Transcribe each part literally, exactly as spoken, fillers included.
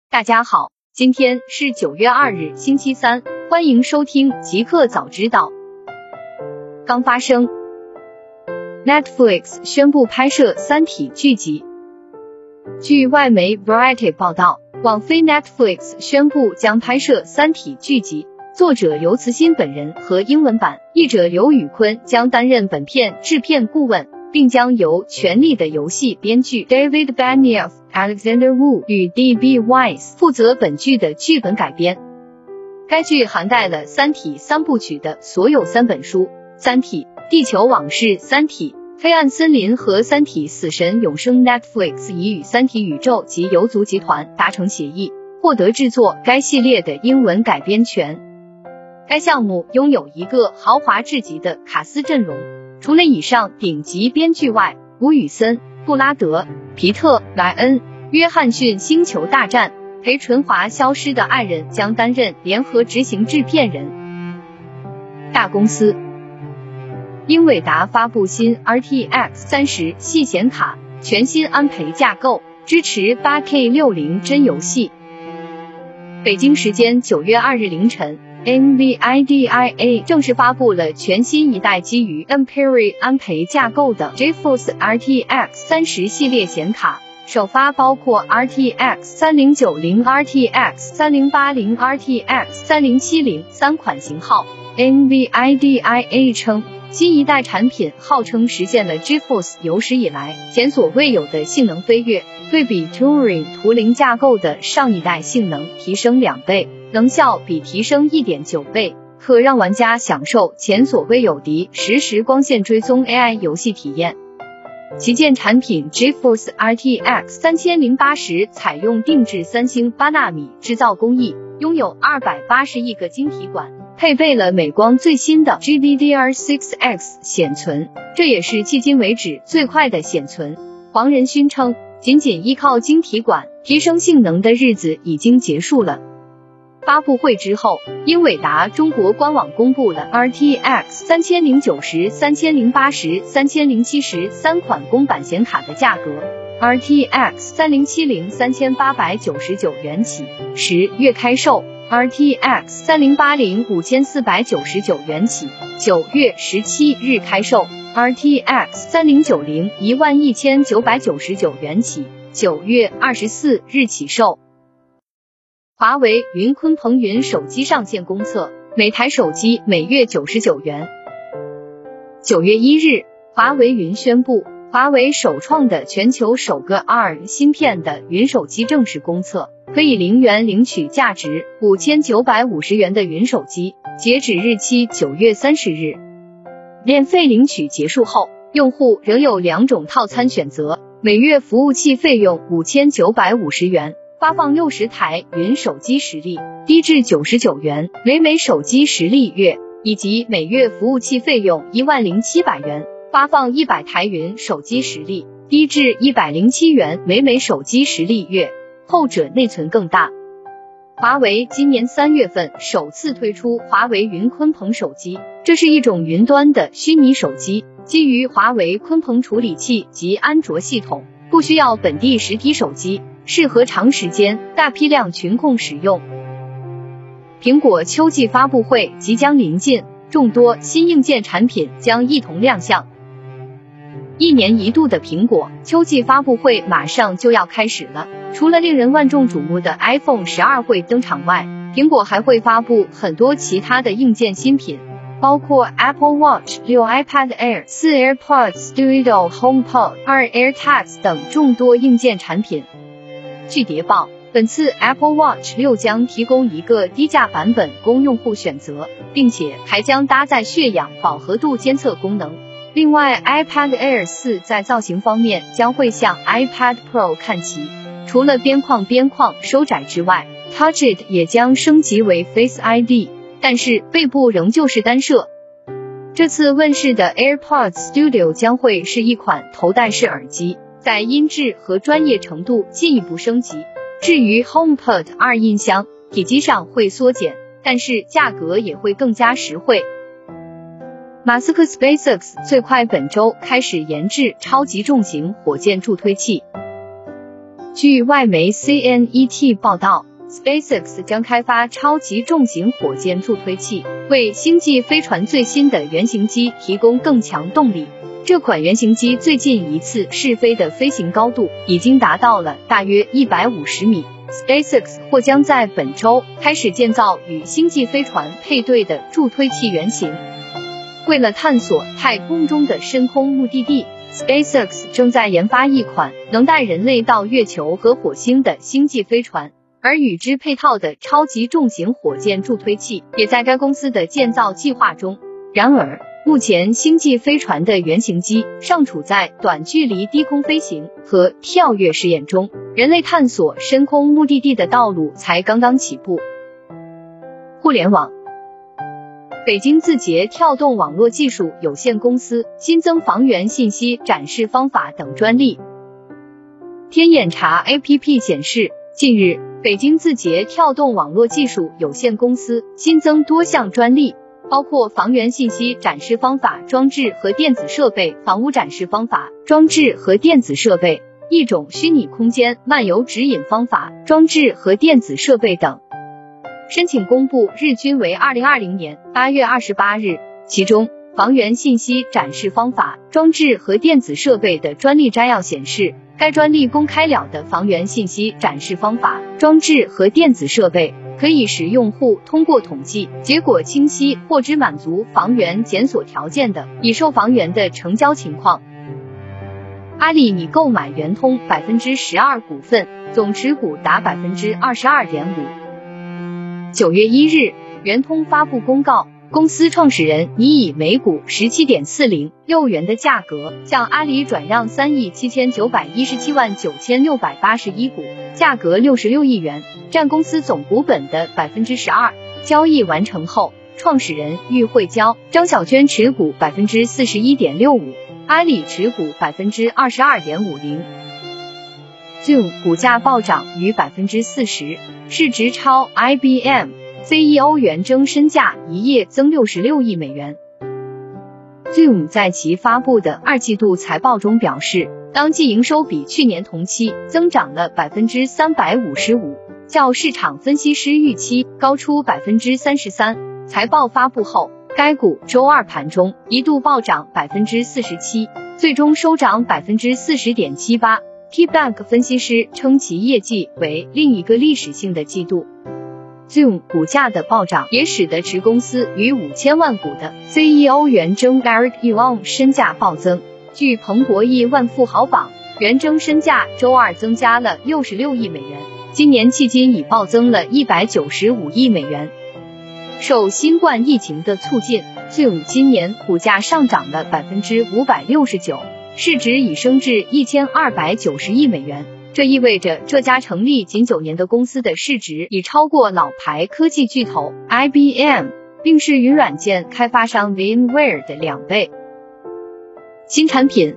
大家好，今天是九月二日，星期三，欢迎收听极客早知道。刚发生 ，Netflix 宣布拍摄《三体》剧集。据外媒 Variety 报道，网飞 Netflix 宣布将拍摄《三体》剧集，作者刘慈欣本人和英文版译者刘宇昆将担任本片制片顾问，并将由《权力的游戏》编剧 David Benioff、Alexander Wu 与 D B Weiss 负责本剧的剧本改编。该剧涵盖了《三体》三部曲的所有三本书，《三体》、《地球往事》、《三体》、黑暗森林和《三体：死神永生》。Netflix 已与三体宇宙及游族集团达成协议，获得制作该系列的英文改编权。该项目拥有一个豪华至极的卡斯阵容，除了以上顶级编剧外，吴宇森、布拉德、皮特、莱恩、约翰逊《星球大战》、裴淳华《消失的爱人》将担任联合执行制片人。大公司英伟达发布新 R T X 三十系显卡，全新安培架构，支持 八 K 六十帧游戏。北京时间九月二日凌晨，NVIDIA 正式发布了全新一代基于 Ampere 安培架构的 GeForce R T X 三十系列显卡，首发包括 R T X 三零九零、R T X 三零八零、R T X 三零七零三款型号。NVIDIA 称，新一代产品号称实现了 GeForce 有史以来前所未有的性能飞跃，对比 Turing 图灵架构的上一代性能提升两倍，能效比提升 一点九倍，可让玩家享受前所未有的实时光线追踪 A I 游戏体验。旗舰产品 GeForce R T X 三零八零采用定制三星八纳米制造工艺，拥有二百八十亿个晶体管，配备了美光最新的 G D D R 六 X 显存，这也是迄今为止最快的显存。黄仁勋称，仅仅依靠晶体管提升性能的日子已经结束了。发布会之后，英伟达中国官网公布了 R T X 三零九零、三零八零、三零七零三款公版显卡的价格。R T X 三零七零三千八百九十九元起，十月开售。R T X 三零八零五千四百九十九元起，九月十七日开售。R T X 三零九零一万一千九百九十九元起，九月二十四日起售。华为云鲲鹏云手机上线公测，每台手机每月九十九元。九月一日，华为云宣布，华为首创的全球首个 A R 芯片的云手机正式公测，可以零元领取价值五千九百五十元的云手机，截止日期九月三十日。免费领取结束后，用户仍有两种套餐选择，每月服务器费用五千九百五十元，发放六十台云手机实例，低至九十九元每每手机实例月，以及每月服务器费用一万零七百元，发放一百台云手机实例，低至一百零七元每每手机实例月，后者内存更大。华为今年三月份首次推出华为云鲲鹏手机，这是一种云端的虚拟手机，基于华为鲲鹏处理器及安卓系统，不需要本地实体手机，适合长时间、大批量群控使用。苹果秋季发布会即将临近，众多新硬件产品将一同亮相。一年一度的苹果秋季发布会马上就要开始了，除了令人万众瞩目的 iPhone 十二会登场外，苹果还会发布很多其他的硬件新品，包括 Apple Watch 六、iPad Air 四、AirPods Studio、HomePod 二、AirTags 等众多硬件产品。据谍报，本次 Apple Watch 六将提供一个低价版本供用户选择，并且还将搭载血氧饱和度监测功能。另外 iPad Air 四在造型方面将会向 iPad Pro 看齐，除了边框边框收窄之外， Touch It 也将升级为 Face I D， 但是背部仍旧是单摄。这次问世的 AirPods Studio 将会是一款头戴式耳机，在音质和专业程度进一步升级。至于 HomePod 二音箱，体积上会缩减，但是价格也会更加实惠。马斯克 SpaceX 最快本周开始研制超级重型火箭助推器。 据外媒 C N E T 报道 ，SpaceX 将开发超级重型火箭助推器，为星际飞船最新的原型机提供更强动力。这款原型机最近一次试飞的飞行高度已经达到了大约一百五十米。SpaceX 或将在本周开始建造与星际飞船配对的助推器原型。为了探索太空中的深空目的地， SpaceX 正在研发一款能带人类到月球和火星的星际飞船，而与之配套的超级重型火箭助推器也在该公司的建造计划中。然而，目前星际飞船的原型机尚处在短距离低空飞行和跳跃试验中，人类探索深空目的地的道路才刚刚起步。互联网，北京字节跳动网络技术有限公司新增房源信息展示方法等专利。天眼查 A P P 显示，近日北京字节跳动网络技术有限公司新增多项专利，包括房源信息展示方法装置和电子设备、房屋展示方法装置和电子设备、一种虚拟空间漫游指引方法装置和电子设备等。申请公布日均为二零二零年八月二十八日，其中房源信息展示方法装置和电子设备的专利摘要显示，该专利公开了的房源信息展示方法装置和电子设备可以使用户通过统计结果清晰获知满足房源检索条件的已售房源的成交情况。阿里拟购买圆通 百分之十二 股份，总持股达 百分之二十二点五。九月一日，圆通发布公告，公司创始人拟以每股 十七点四零六元的价格向阿里转让三亿七千九百一十七万九千六百八十一股，价格六十六亿元，占公司总股本的 百分之十二。交易完成后，创始人喻会交、张小娟持股 百分之四十一点六五， 阿里持股 百分之二十二点五零。Zoom 股价暴涨逾 百分之四十， 市值超 I B M，C E O 袁征身价一夜增六十六亿美元。Zoom 在其发布的二季度财报中表示，当季营收比去年同期增长了 百分之三百五十五， 较市场分析师预期高出 百分之三十三。财报发布后，该股周二盘中一度暴涨 百分之四十七， 最终收涨 百分之四十点七八。KeyBank 分析师称其业绩为另一个历史性的季度。Zoom 股价的暴涨也使得持公司逾五千万股的 C E O 袁征 Eric Yuan 身价暴增。据彭博亿万富豪榜，袁征身价周二增加了六十六亿美元，今年迄今已暴增了一百九十五亿美元。受新冠疫情的促进， Zoom 今年股价上涨了 百分之五百六十九， 市值已升至一千二百九十亿美元。这意味着这家成立仅九年的公司的市值已超过老牌科技巨头 I B M， 并是云软件开发商 VMware 的两倍。新产品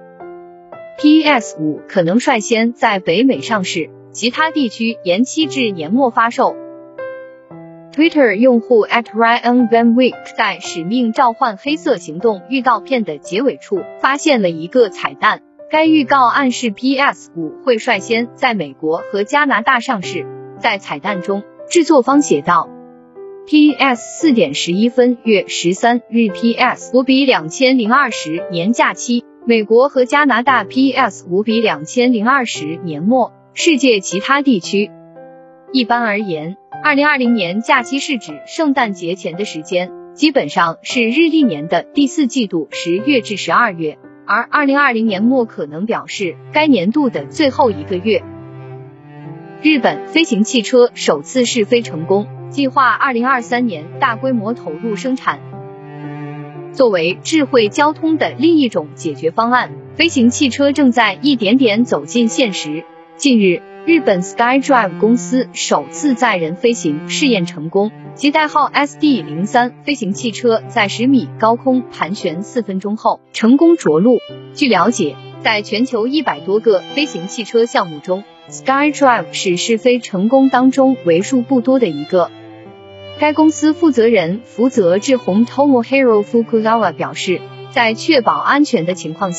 P S 五 可能率先在北美上市，其他地区延期至年末发售。Twitter 用户 at Ryan Van Wyck 在使命召唤黑色行动预告片的结尾处发现了一个彩蛋，该预告暗示 P S 五 会率先在美国和加拿大上市。在彩蛋中，制作方写道 P S 四点十一分月十三日 P S 五 比两千零二十年假期，美国和加拿大 P S 五 比两千零二十年末，世界其他地区。一般而言，二零二零年假期是指圣诞节前的时间，基本上是日历年的第四季度十月至十二月，而二零二零年末可能表示该年度的最后一个月。日本飞行汽车首次试飞成功，计划二零二三年大规模投入生产。作为智慧交通的另一种解决方案，飞行汽车正在一点点走进现实。近日，日本 SkyDrive 公司首次载人飞行试验成功，其代号 S D 零三 飞行汽车在十米高空盘旋四分钟后成功着陆。据了解，在全球一百多个飞行汽车项目中， SkyDrive 是试飞成功当中为数不多的一个。该公司负责人福泽智弘 Tomohiro Fukuzawa 表示，在确保安全的情况下，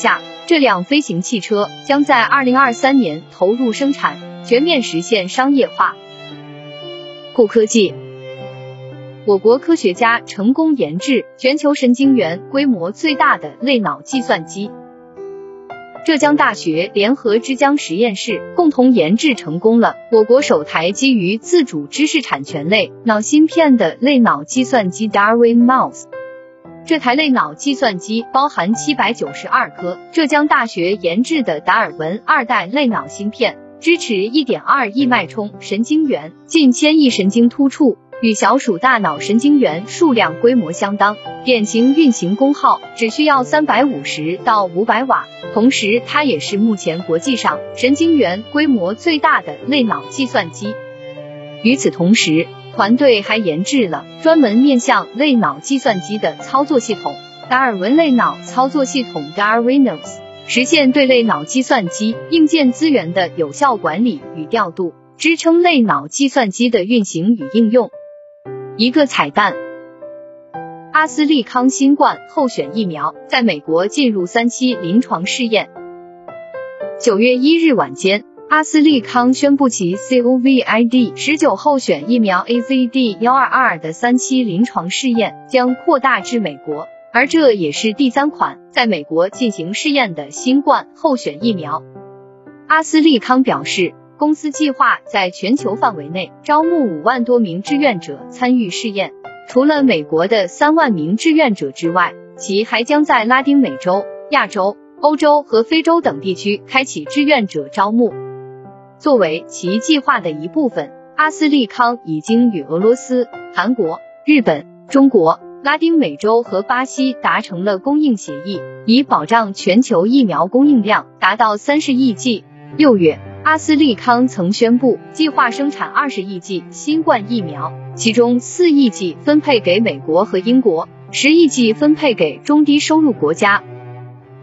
这辆飞行汽车将在二零二三年投入生产，全面实现商业化。固科技，我国科学家成功研制全球神经元规模最大的类脑计算机。浙江大学联合之江实验室共同研制成功了我国首台基于自主知识产权类脑芯片的类脑计算机 Darwin Mouse。这台类脑计算机包含七百九十二颗浙江大学研制的达尔文二代类脑芯片，支持 一点二亿脉冲神经元，近千亿神经突触，与小鼠大脑神经元数量规模相当，典型运行功耗只需要三百五十到五百瓦，同时它也是目前国际上神经元规模最大的类脑计算机。与此同时，团队还研制了专门面向类脑计算机的操作系统达尔文类脑操作系统 Darwinos， 实现对类脑计算机硬件资源的有效管理与调度，支撑类脑计算机的运行与应用。一个彩蛋，阿斯利康新冠候选疫苗在美国进入三期临床试验。九月一日晚间，阿斯利康宣布其 C O V I D 十九 候选疫苗 A Z D 一二二 的三期临床试验将扩大至美国，而这也是第三款在美国进行试验的新冠候选疫苗。阿斯利康表示，公司计划在全球范围内招募五万多名志愿者参与试验，除了美国的三万名志愿者之外，其还将在拉丁美洲、亚洲、欧洲和非洲等地区开启志愿者招募。作为其计划的一部分，阿斯利康已经与俄罗斯、韩国、日本、中国、拉丁美洲和巴西达成了供应协议，以保障全球疫苗供应量达到三十亿剂。六月，阿斯利康曾宣布计划生产二十亿剂新冠疫苗，其中四亿剂分配给美国和英国，十亿剂分配给中低收入国家。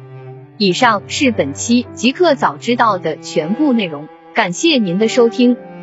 以上是本期极客早知道的全部内容，感谢您的收听。